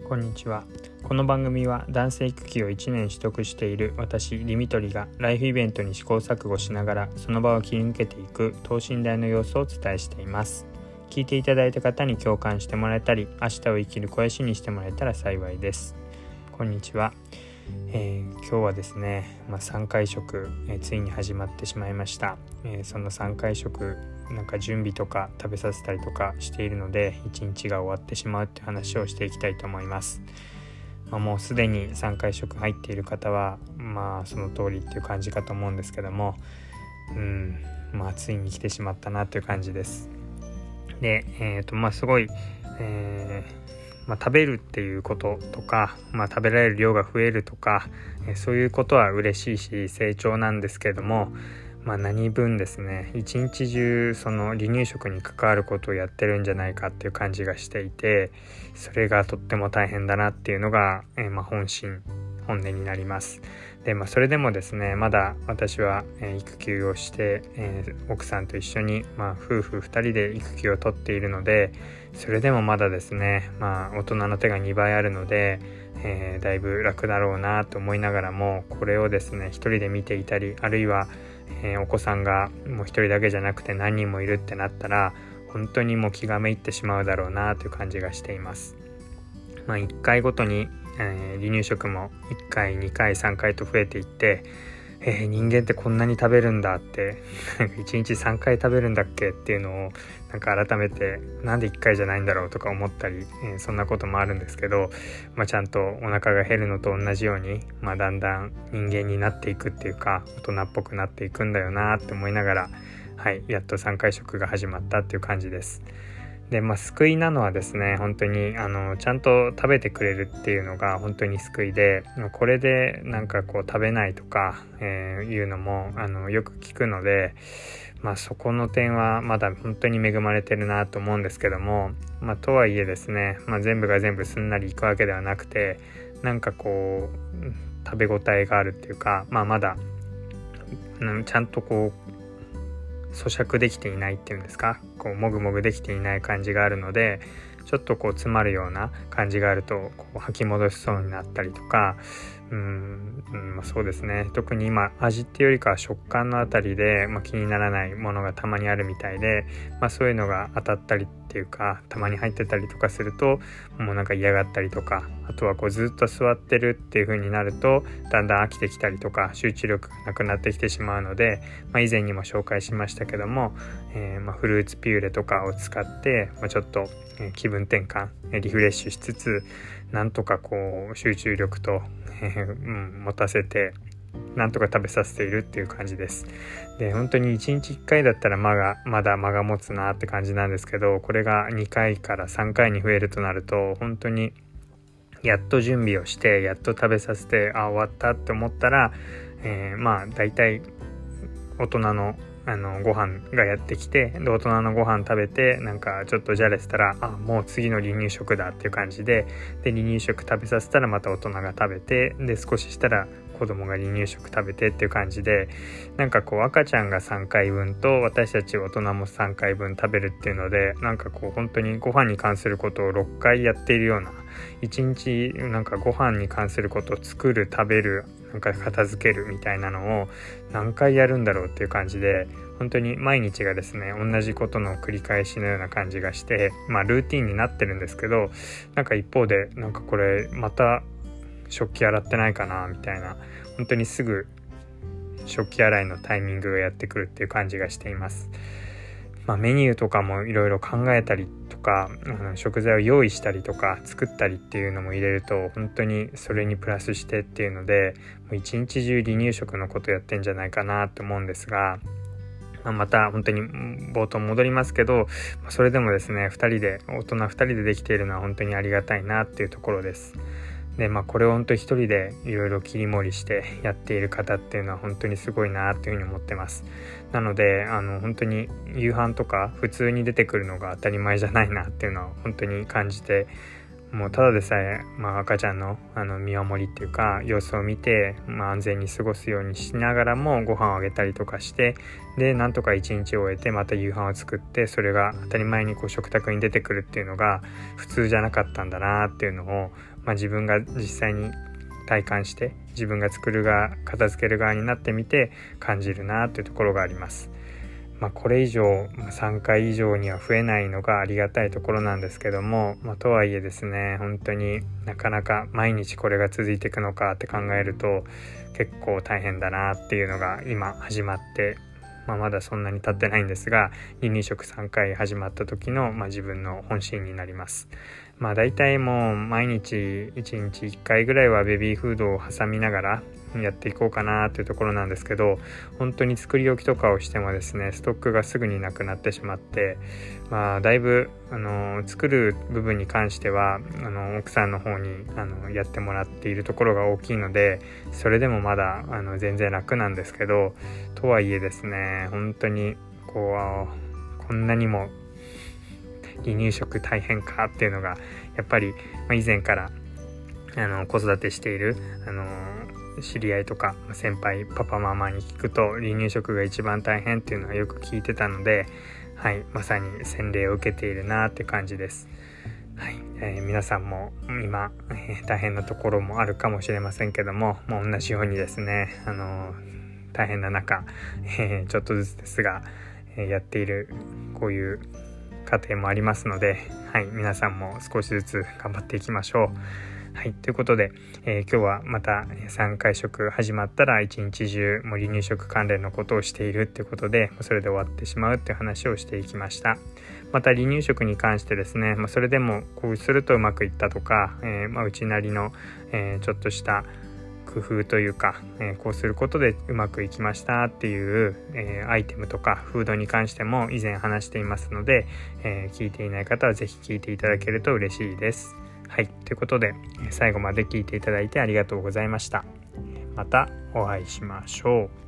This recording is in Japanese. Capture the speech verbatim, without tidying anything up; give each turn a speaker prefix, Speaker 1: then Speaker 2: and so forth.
Speaker 1: こんにちは。この番組は男性育休をいちねん取得している私リミトリがライフイベントに試行錯誤しながらその場を切り抜けていく等身大の様子をお伝えしています。聞いていただいた方に共感してもらえたり、明日を生きる肥やしにしてもらえたら幸いです。こんにちは。えー、今日はですね、まあ、さんかい食、えー、ついに始まってしまいました。えー、そのさんかい食なんか準備とか食べさせたりとかしているのでいちにちが終わってしまうっていう話をしていきたいと思います。まあ、もうすでにさんかい食入っている方はまあその通りっていう感じかと思うんですけども、うんまあついに来てしまったなという感じです。で、えーとまあすごい、えーまあ、食べるっていうこととか、まあ、食べられる量が増えるとか、えー、そういうことは嬉しいし成長なんですけれども、まあ、何分ですね一日中その離乳食に関わることをやってるんじゃないかっていう感じがしていて、それがとっても大変だなっていうのが、えーまあ、本心本音になります。で、まあ、それでもですねまだ私は、えー、育休をして、えー、奥さんと一緒に、まあ、夫婦ふたりで育休を取っているので、それでもまだですね、まあ、大人の手がにばいあるので、えー、だいぶ楽だろうなと思いながらも、これをですね一人で見ていたり、あるいは、えー、お子さんがもう一人だけじゃなくて何人もいるってなったら本当にもう気がめいってしまうだろうなという感じがしています。まあ、いっかいごとに、えー、離乳食もいっかいにかいさんかいと増えていって、えー、人間ってこんなに食べるんだっていちにちさんかい食べるんだっけっていうのをなんか改めてなんでいっかいじゃないんだろうとか思ったり、えー、そんなこともあるんですけど、まあ、ちゃんとお腹が減るのと同じように、まあ、だんだん人間になっていくっていうか大人っぽくなっていくんだよなって思いながら、はい、やっとさんかい食が始まったっていう感じです。で、まあ、救いなのはですね本当にあのちゃんと食べてくれるっていうのが本当に救いで、これでなんかこう食べないとか、えー、いうのもあのよく聞くので、まあ、そこの点はまだ本当に恵まれてるなと思うんですけども、まあ、とはいえですね、まあ、全部が全部すんなりいくわけではなくて、なんかこう食べ応えがあるっていうか、まあ、まだ、うん、ちゃんとこう咀嚼できていないっていうんですか、こうもぐもぐできていない感じがあるので、ちょっとこう詰まるような感じがあるとこう吐き戻しそうになったりとか、うーん、うんまあ、そうですね、特に今味っていうよりかは食感のあたりで、まあ、気にならないものがたまにあるみたいで、まあ、そういうのが当たったりっていうかたまに入ってたりとかするともうなんか嫌がったりとか、あとはこうずっと座ってるっていう風になるとだんだん飽きてきたりとか集中力がなくなってきてしまうので、まあ、以前にも紹介しましたけども、えー、まあフルーツピューレとかを使って、まあ、ちょっと気分転換リフレッシュしつつなんとかこう集中力と、えーうん、持たせてなんとか食べさせているっていう感じです。で、本当にいちにちいっかいだったら間がまだ間が持つなって感じなんですけど、これがにかいからさんかいに増えるとなると本当にやっと準備をしてやっと食べさせてあ終わったって思ったら、えー、まあだいたい大人のあのご飯がやってきて、で大人のご飯食べてなんかちょっとじゃれてたらあもう次の離乳食だっていう感じで、で離乳食食べさせたらまた大人が食べて、で少ししたら子供が離乳食食べてっていう感じで、なんかこう赤ちゃんがさんかいぶんと私たち大人もさんかいぶん食べるっていうので、なんかこう本当にご飯に関することをろっかいやっているような、いちにちなんかご飯に関することを作る食べるなんか片付けるみたいなのを何回やるんだろうっていう感じで、本当に毎日がですね同じことの繰り返しのような感じがして、まあルーティンになってるんですけど、なんか一方でなんかこれまた食器洗ってないかなみたいな、本当にすぐ食器洗いのタイミングがやってくるっていう感じがしています。まあ、メニューとかもいろいろ考えたりとか、うん、食材を用意したりとか作ったりっていうのも入れると本当にそれにプラスしてっていうので、もう一日中離乳食のことやってんじゃないかなと思うんですが、まあ、また本当に冒頭戻りますけど、それでもですねふたりで大人ふたりでできているのは本当にありがたいなっていうところです。で、まあ、これを本当に一人でいろいろ切り盛りしてやっている方っていうのは本当にすごいなっていうふうに思ってます。なのであの本当に夕飯とか普通に出てくるのが当たり前じゃないなっていうのは本当に感じて、もうただでさえ、まあ、赤ちゃんの、あの見守りっていうか様子を見て、まあ、安全に過ごすようにしながらもご飯をあげたりとかして、でなんとか一日終えてまた夕飯を作って、それが当たり前にこう食卓に出てくるっていうのが普通じゃなかったんだなっていうのをまあ、自分が実際に体感して自分が作る側片付ける側になってみて感じるなというところがあります。まあ、これ以上さんかい以上には増えないのがありがたいところなんですけども、まあ、とはいえですね、本当になかなか毎日これが続いていくのかって考えると結構大変だなっていうのが今始まって、まあ、まだそんなに経ってないんですが、離乳食さんかい始まった時の、まあ、自分の本心になります。まあだいたいもう毎日いちにちいっかいぐらいはベビーフードを挟みながらやっていこうかなというところなんですけど、本当に作り置きとかをしてもですね、ストックがすぐになくなってしまって、まあだいぶあの作る部分に関してはあの奥さんの方にあのやってもらっているところが大きいので、それでもまだあの全然楽なんですけど、とはいえですね、本当にこうこんなにも離乳食大変かっていうのがやっぱり、まあ、以前からあの子育てしているあの知り合いとか先輩パパママに聞くと、離乳食が一番大変っていうのはよく聞いてたので、はい、まさに洗礼を受けているなって感じです。はい、えー、皆さんも今、えー、大変なところもあるかもしれませんけども、もう同じようにですね、あの大変な中、えー、ちょっとずつですが、えー、やっているこういう家庭もありますので、はい、皆さんも少しずつ頑張っていきましょう。はい、ということで、えー、今日はまたさんかい食始まったら一日中もう離乳食関連のことをしているっていうことで、それで終わってしまうっていう話をしていきました。また離乳食に関してですね、まあ、それでもこうするとうまくいったとか、えーまあ、うちなりの、えー、ちょっとした工夫というか、えー、こうすることでうまくいきましたっていう、えー、アイテムとかフードに関しても以前話していますので、えー、聞いていない方はぜひ聞いていただけると嬉しいです。はい、ということで最後まで聞いていただいてありがとうございました。またお会いしましょう。